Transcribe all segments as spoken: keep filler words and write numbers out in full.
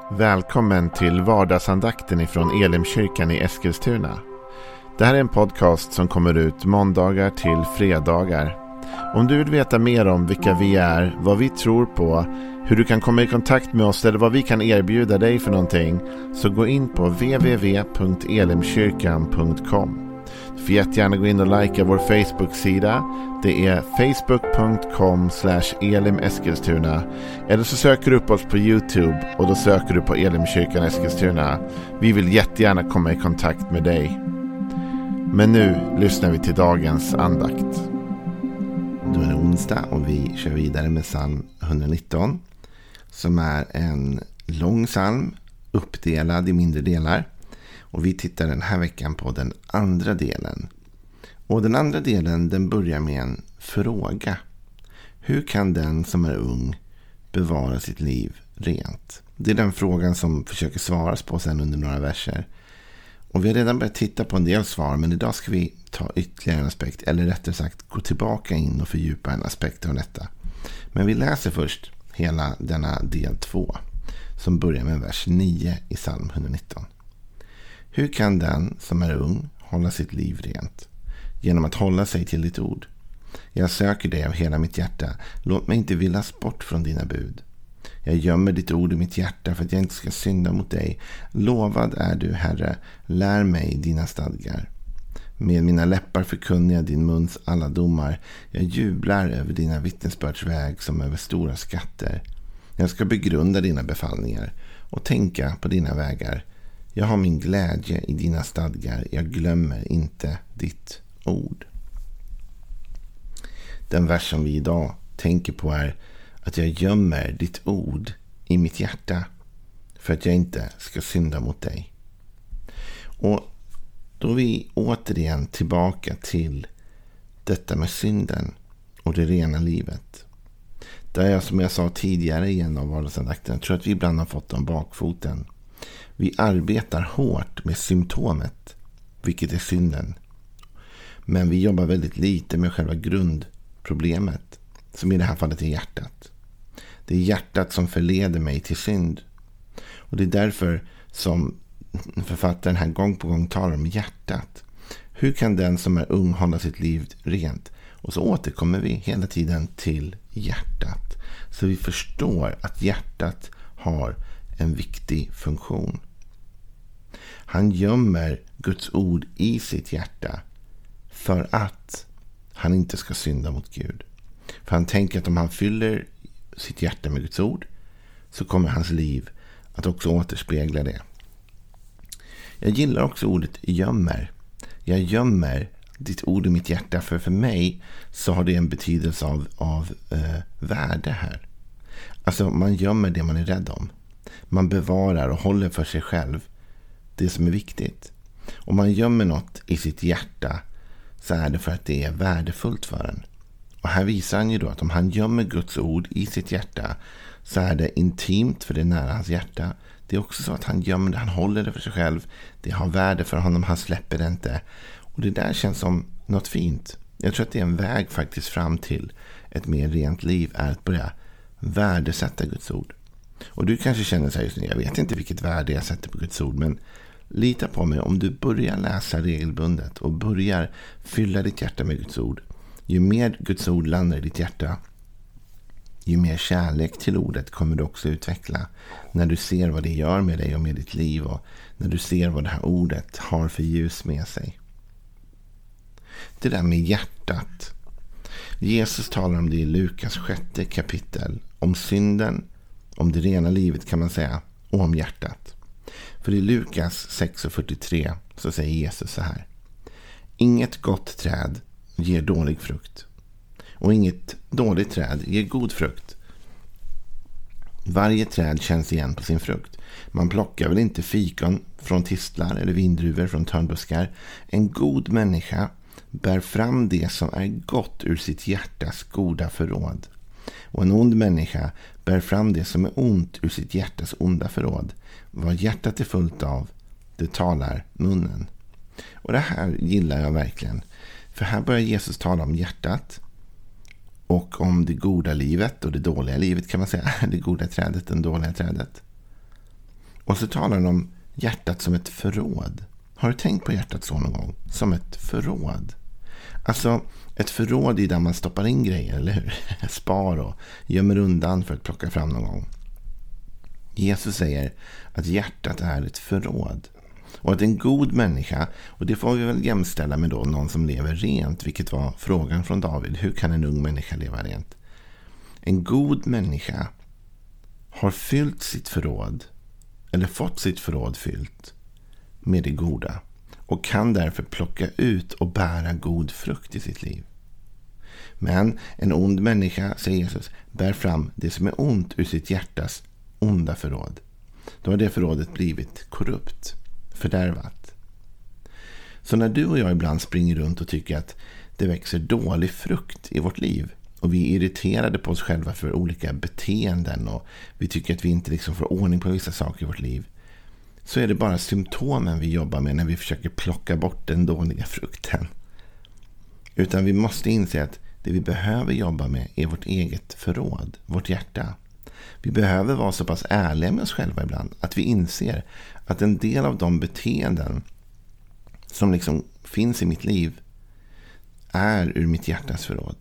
Välkommen till vardagsandakten ifrån Elimkyrkan i Eskilstuna. Det här är en podcast som kommer ut måndagar till fredagar. Om du vill veta mer om vilka vi är, vad vi tror på, hur du kan komma i kontakt med oss eller vad vi kan erbjuda dig för någonting, så gå in på w w w punkt elimkyrkan punkt com. Du får jättegärna gå in och likea vår Facebook-sida. Det är facebook punkt com slash elimeskilstuna. Eller så söker du upp oss på YouTube och då söker du på Elimkyrkan Eskilstuna. Vi vill jättegärna komma i kontakt med dig. Men nu lyssnar vi till dagens andakt. Då är det onsdag och vi kör vidare med psalm etthundranitton. Som är en lång psalm uppdelad i mindre delar. Och vi tittar den här veckan på den andra delen. Och den andra delen, den börjar med en fråga. Hur kan den som är ung bevara sitt liv rent? Det är den frågan som försöker svaras på sen under några verser. Och vi har redan börjat titta på en del svar, men idag ska vi ta ytterligare en aspekt. Eller rättare sagt gå tillbaka in och fördjupa en aspekt av detta. Men vi läser först hela denna del två. Som börjar med vers nio i psalm etthundranitton. Hur kan den som är ung hålla sitt liv rent? Genom att hålla sig till ditt ord. Jag söker dig av hela mitt hjärta. Låt mig inte villas bort från dina bud. Jag gömmer ditt ord i mitt hjärta för att jag inte ska synda mot dig. Lovad är du, Herre. Lär mig dina stadgar. Med mina läppar förkunnar jag din muns alla domar. Jag jublar över dina vittnesbördsväg som över stora skatter. Jag ska begrunda dina befallningar och tänka på dina vägar. Jag har min glädje i dina stadgar. Jag glömmer inte ditt ord. Den vers som vi idag tänker på är att jag gömmer ditt ord i mitt hjärta för att jag inte ska synda mot dig. Och då är vi återigen tillbaka till detta med synden och det rena livet. Där jag, som jag sa tidigare i en av vardagsandakterna, tror att vi ibland har fått om bakfoten. Vi arbetar hårt med symptomet, vilket är synden. Men vi jobbar väldigt lite med själva grundproblemet, som i det här fallet är hjärtat. Det är hjärtat som förleder mig till synd. Och det är därför som författaren här gång på gång talar om hjärtat. Hur kan den som är ung hålla sitt liv rent? Och så återkommer vi hela tiden till hjärtat. Så vi förstår att hjärtat har en viktig funktion. Han gömmer Guds ord i sitt hjärta för att han inte ska synda mot Gud. För han tänker att om han fyller sitt hjärta med Guds ord så kommer hans liv att också återspegla det. Jag gillar också ordet gömmer. Jag gömmer ditt ord i mitt hjärta, för för mig så har det en betydelse av, av eh, värde här. Alltså man gömmer det man är rädd om. Man bevarar och håller för sig själv det som är viktigt. Om man gömmer något i sitt hjärta så är det för att det är värdefullt för en. Och här visar han ju då att om han gömmer Guds ord i sitt hjärta så är det intimt, för det är nära hans hjärta. Det är också så att han gömmer det, han håller det för sig själv. Det har värde för honom, han släpper det inte. Och det där känns som något fint. Jag tror att det är en väg faktiskt fram till ett mer rent liv, är att börja värdesätta Guds ord. Och du kanske känner sig just nu, jag vet inte vilket värde jag sätter på Guds ord, men lita på mig, om du börjar läsa regelbundet och börjar fylla ditt hjärta med Guds ord. Ju mer Guds ord landar i ditt hjärta, ju mer kärlek till ordet kommer du också utveckla. När du ser vad det gör med dig och med ditt liv, och när du ser vad det här ordet har för ljus med sig. Det där med hjärtat. Jesus talar om det i Lukas sjätte kapitel. Om synden, om det rena livet kan man säga, och om hjärtat. För i Lukas sex och fyrtiotre så säger Jesus så här: inget gott träd ger dålig frukt, och inget dåligt träd ger god frukt. Varje träd känns igen på sin frukt. Man plockar väl inte fikon från tistlar eller vindruvor från törnbuskar. En god människa bär fram det som är gott ur sitt hjärtas goda förråd. Och en ond människa bär fram det som är ont ur sitt hjärtas onda förråd. Vad hjärtat är fullt av, det talar munnen. Och det här gillar jag verkligen. För här börjar Jesus tala om hjärtat och om det goda livet och det dåliga livet, kan man säga. Det goda trädet, det dåliga trädet. Och så talar han om hjärtat som ett förråd. Har du tänkt på hjärtat så någon gång? Som ett förråd. Alltså ett förråd i där man stoppar in grejer, eller hur? Spar och gömmer undan för att plocka fram någon gång. Jesus säger att hjärtat är ett förråd. Och att en god människa, och det får vi väl jämställa med då någon som lever rent, vilket var frågan från David. Hur kan en ung människa leva rent? En god människa har fyllt sitt förråd, eller fått sitt förråd fyllt med det goda. Och kan därför plocka ut och bära god frukt i sitt liv. Men en ond människa, säger Jesus, bär fram det som är ont ur sitt hjärtas onda förråd. Då har det förrådet blivit korrupt, fördärvat. Så när du och jag ibland springer runt och tycker att det växer dålig frukt i vårt liv, och vi är irriterade på oss själva för olika beteenden, och vi tycker att vi inte liksom får ordning på vissa saker i vårt liv, så är det bara symptomen vi jobbar med när vi försöker plocka bort den dåliga frukten. Utan vi måste inse att det vi behöver jobba med är vårt eget förråd, vårt hjärta. Vi behöver vara så pass ärliga med oss själva ibland att vi inser att en del av de beteenden som liksom finns i mitt liv är ur mitt hjärtas förråd.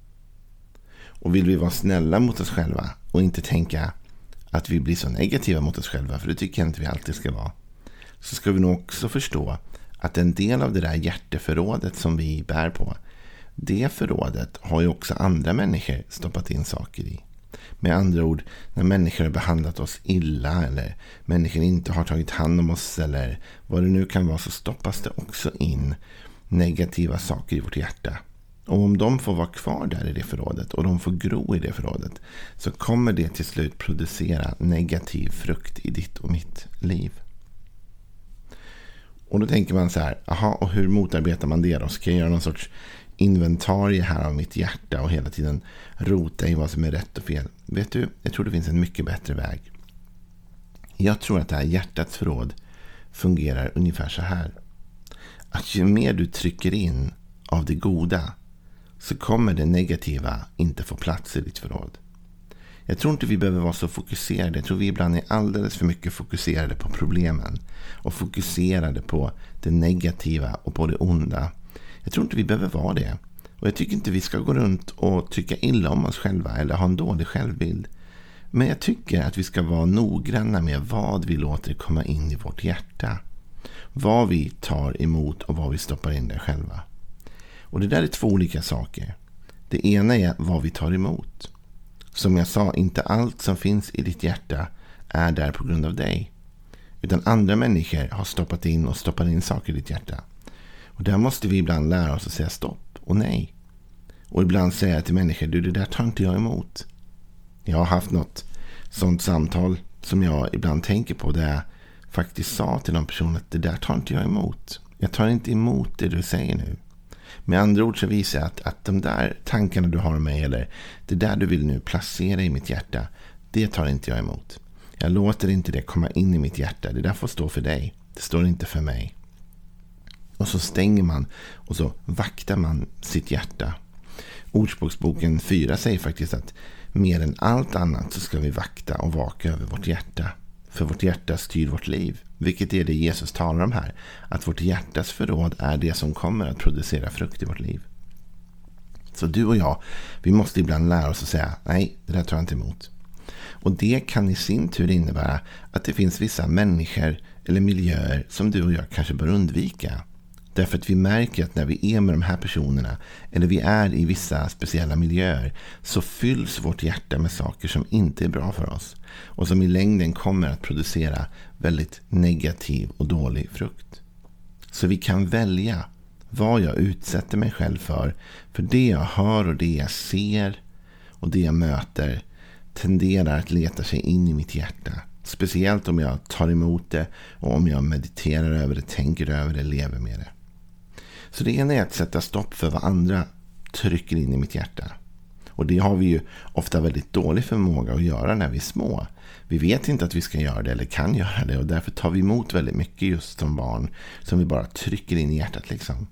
Och vill vi vara snälla mot oss själva och inte tänka att vi blir så negativa mot oss själva, för det tycker jag inte vi alltid ska vara, så ska vi nog också förstå att en del av det där hjärteförrådet som vi bär på, det förrådet har ju också andra människor stoppat in saker i. Med andra ord, när människor har behandlat oss illa, eller människor inte har tagit hand om oss, eller vad det nu kan vara, så stoppas det också in negativa saker i vårt hjärta. Och om de får vara kvar där i det förrådet, och de får gro i det förrådet, så kommer det till slut producera negativ frukt i ditt och mitt liv. Och då tänker man så här, aha, och hur motarbetar man det då? Ska jag göra någon sorts inventarie här av mitt hjärta och hela tiden rota i vad som är rätt och fel? Vet du, jag tror det finns en mycket bättre väg. Jag tror att det här hjärtats förråd fungerar ungefär så här. Att ju mer du trycker in av det goda, så kommer det negativa inte få plats i ditt förråd. Jag tror inte vi behöver vara så fokuserade. Jag tror vi ibland är alldeles för mycket fokuserade på problemen och fokuserade på det negativa och på det onda. Jag tror inte vi behöver vara det. Och jag tycker inte vi ska gå runt och tycka illa om oss själva eller ha en dålig självbild. Men jag tycker att vi ska vara noggranna med vad vi låter komma in i vårt hjärta. Vad vi tar emot och vad vi stoppar in där själva. Och det där är två olika saker. Det ena är vad vi tar emot. Som jag sa, inte allt som finns i ditt hjärta är där på grund av dig. Utan andra människor har stoppat in och stoppat in saker i ditt hjärta. Och där måste vi ibland lära oss att säga stopp och nej. Och ibland säga till människor, du, det där tar inte jag emot. Jag har haft något sånt samtal som jag ibland tänker på, där jag faktiskt sa till någon person att det där tar inte jag emot. Jag tar inte emot det du säger nu. Med andra ord så visar jag att, att de där tankarna du har om mig, eller det där du vill nu placera i mitt hjärta, det tar inte jag emot. Jag låter inte det komma in i mitt hjärta. Det där får stå för dig. Det står inte för mig. Och så stänger man och så vaktar man sitt hjärta. Ordspråksboken fyra säger faktiskt att mer än allt annat så ska vi vakta och vaka över vårt hjärta. För vårt hjärta styr vårt liv. Vilket är det Jesus talar om här. Att vårt hjärtas förråd är det som kommer att producera frukt i vårt liv. Så du och jag, vi måste ibland lära oss att säga, nej, det där tar jag inte emot. Och det kan i sin tur innebära att det finns vissa människor eller miljöer som du och jag kanske bör undvika. Därför att vi märker att när vi är med de här personerna, eller vi är i vissa speciella miljöer, så fylls vårt hjärta med saker som inte är bra för oss. Och som i längden kommer att producera väldigt negativ och dålig frukt. Så vi kan välja vad jag utsätter mig själv för. För det jag hör och det jag ser och det jag möter tenderar att leta sig in i mitt hjärta. Speciellt om jag tar emot det och om jag mediterar över det, tänker över det, lever med det. Så det ena är att sätta stopp för vad andra trycker in i mitt hjärta. Och det har vi ju ofta väldigt dålig förmåga att göra när vi är små. Vi vet inte att vi ska göra det eller kan göra det, och därför tar vi emot väldigt mycket just som barn som vi bara trycker in i hjärtat liksom.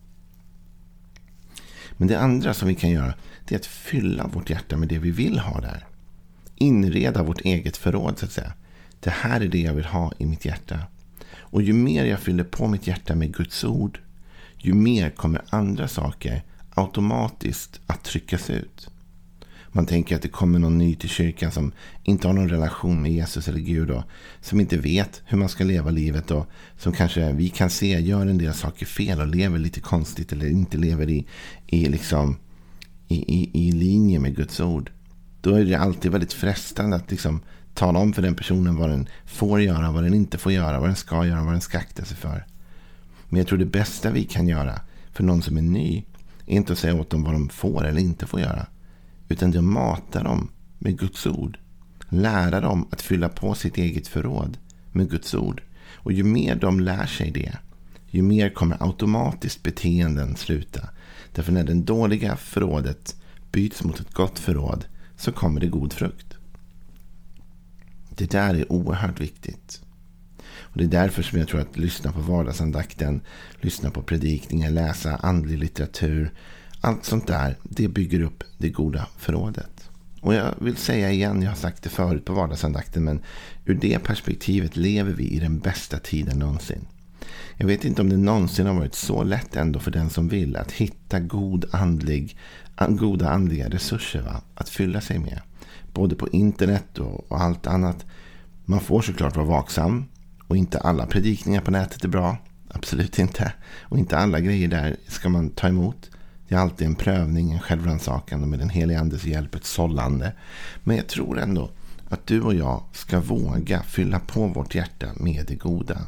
Men det andra som vi kan göra, det är att fylla vårt hjärta med det vi vill ha där. Inreda vårt eget förråd så att säga. det här är det jag vill ha i mitt hjärta. Och ju mer jag fyller på mitt hjärta med Guds ord, ju mer kommer andra saker automatiskt att tryckas ut. Man tänker att det kommer någon ny till kyrkan som inte har någon relation med Jesus eller Gud och som inte vet hur man ska leva livet och som kanske vi kan se gör en del saker fel och lever lite konstigt eller inte lever i, i, liksom, i, i, i linje med Guds ord. Då är det alltid väldigt frestande att liksom tala om för den personen vad den får göra, vad den inte får göra, vad den ska göra, vad den ska akta sig för. Men jag tror det bästa vi kan göra för någon som är ny är inte att säga åt dem vad de får eller inte får göra. Utan det matar dem med Guds ord. Lära dem att fylla på sitt eget förråd med Guds ord. Och ju mer de lär sig det, ju mer kommer automatiskt beteenden sluta. Därför när den dåliga förrådet byts mot ett gott förråd så kommer det god frukt. Det där är oerhört viktigt. Och det är därför som jag tror att lyssna på vardagsandakten, lyssna på predikningar, läsa andlig litteratur, allt sånt där, det bygger upp det goda förrådet. Och jag vill säga igen, jag har sagt det förut på vardagsandakten, men ur det perspektivet lever vi i den bästa tiden någonsin. Jag vet inte om det någonsin har varit så lätt ändå för den som vill att hitta god andlig, goda andliga resurser va? Att fylla sig med. Både på internet och, och allt annat. Man får såklart vara vaksam och inte alla predikningar på nätet är bra. Absolut inte. Och inte alla grejer där ska man ta emot. Det är alltid en prövning, en självrannsakan och med den heliga andes hjälp ett sållande. Men jag tror ändå att du och jag ska våga fylla på vårt hjärta med det goda.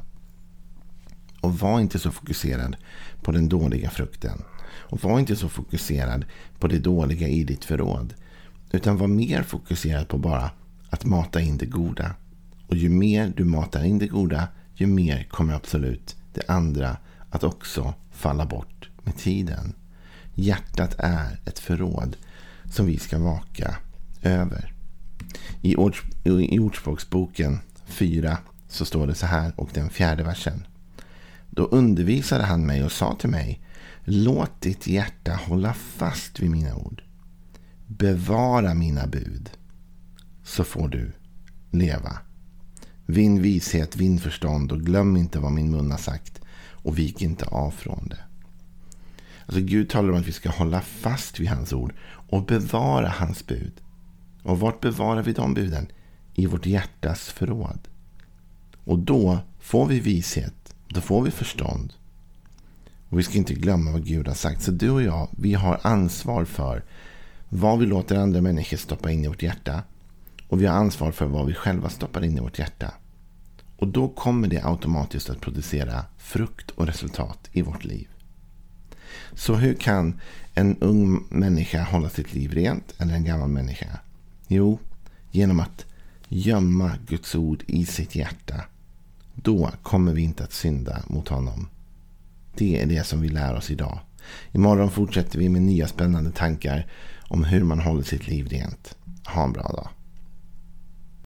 Och var inte så fokuserad på den dåliga frukten. Och var inte så fokuserad på det dåliga i ditt förråd. Utan var mer fokuserad på bara att mata in det goda. Och ju mer du matar in det goda, ju mer kommer absolut det andra att också falla bort med tiden. Hjärtat är ett förråd som vi ska vaka över. I, ords, i Ordspråksboken fyra så står det så här, och den fjärde versen. Då undervisade han mig och sa till mig: låt ditt hjärta hålla fast vid mina ord. Bevara mina bud, så får du leva. Vinn vishet, vinn förstånd och glöm inte vad min mun har sagt och vik inte av från det. Alltså Gud talar om att vi ska hålla fast vid hans ord och bevara hans bud. Och vart bevarar vi de buden? I vårt hjärtas förråd. Och då får vi vishet, då får vi förstånd. Och vi ska inte glömma vad Gud har sagt. Så du och jag, vi har ansvar för vad vi låter andra människor stoppa in i vårt hjärta. Och vi har ansvar för vad vi själva stoppar in i vårt hjärta. Och då kommer det automatiskt att producera frukt och resultat i vårt liv. Så hur kan en ung människa hålla sitt liv rent, eller en gammal människa? Jo, genom att gömma Guds ord i sitt hjärta. Då kommer vi inte att synda mot honom. Det är det som vi lär oss idag. Imorgon fortsätter vi med nya spännande tankar om hur man håller sitt liv rent. Ha en bra dag.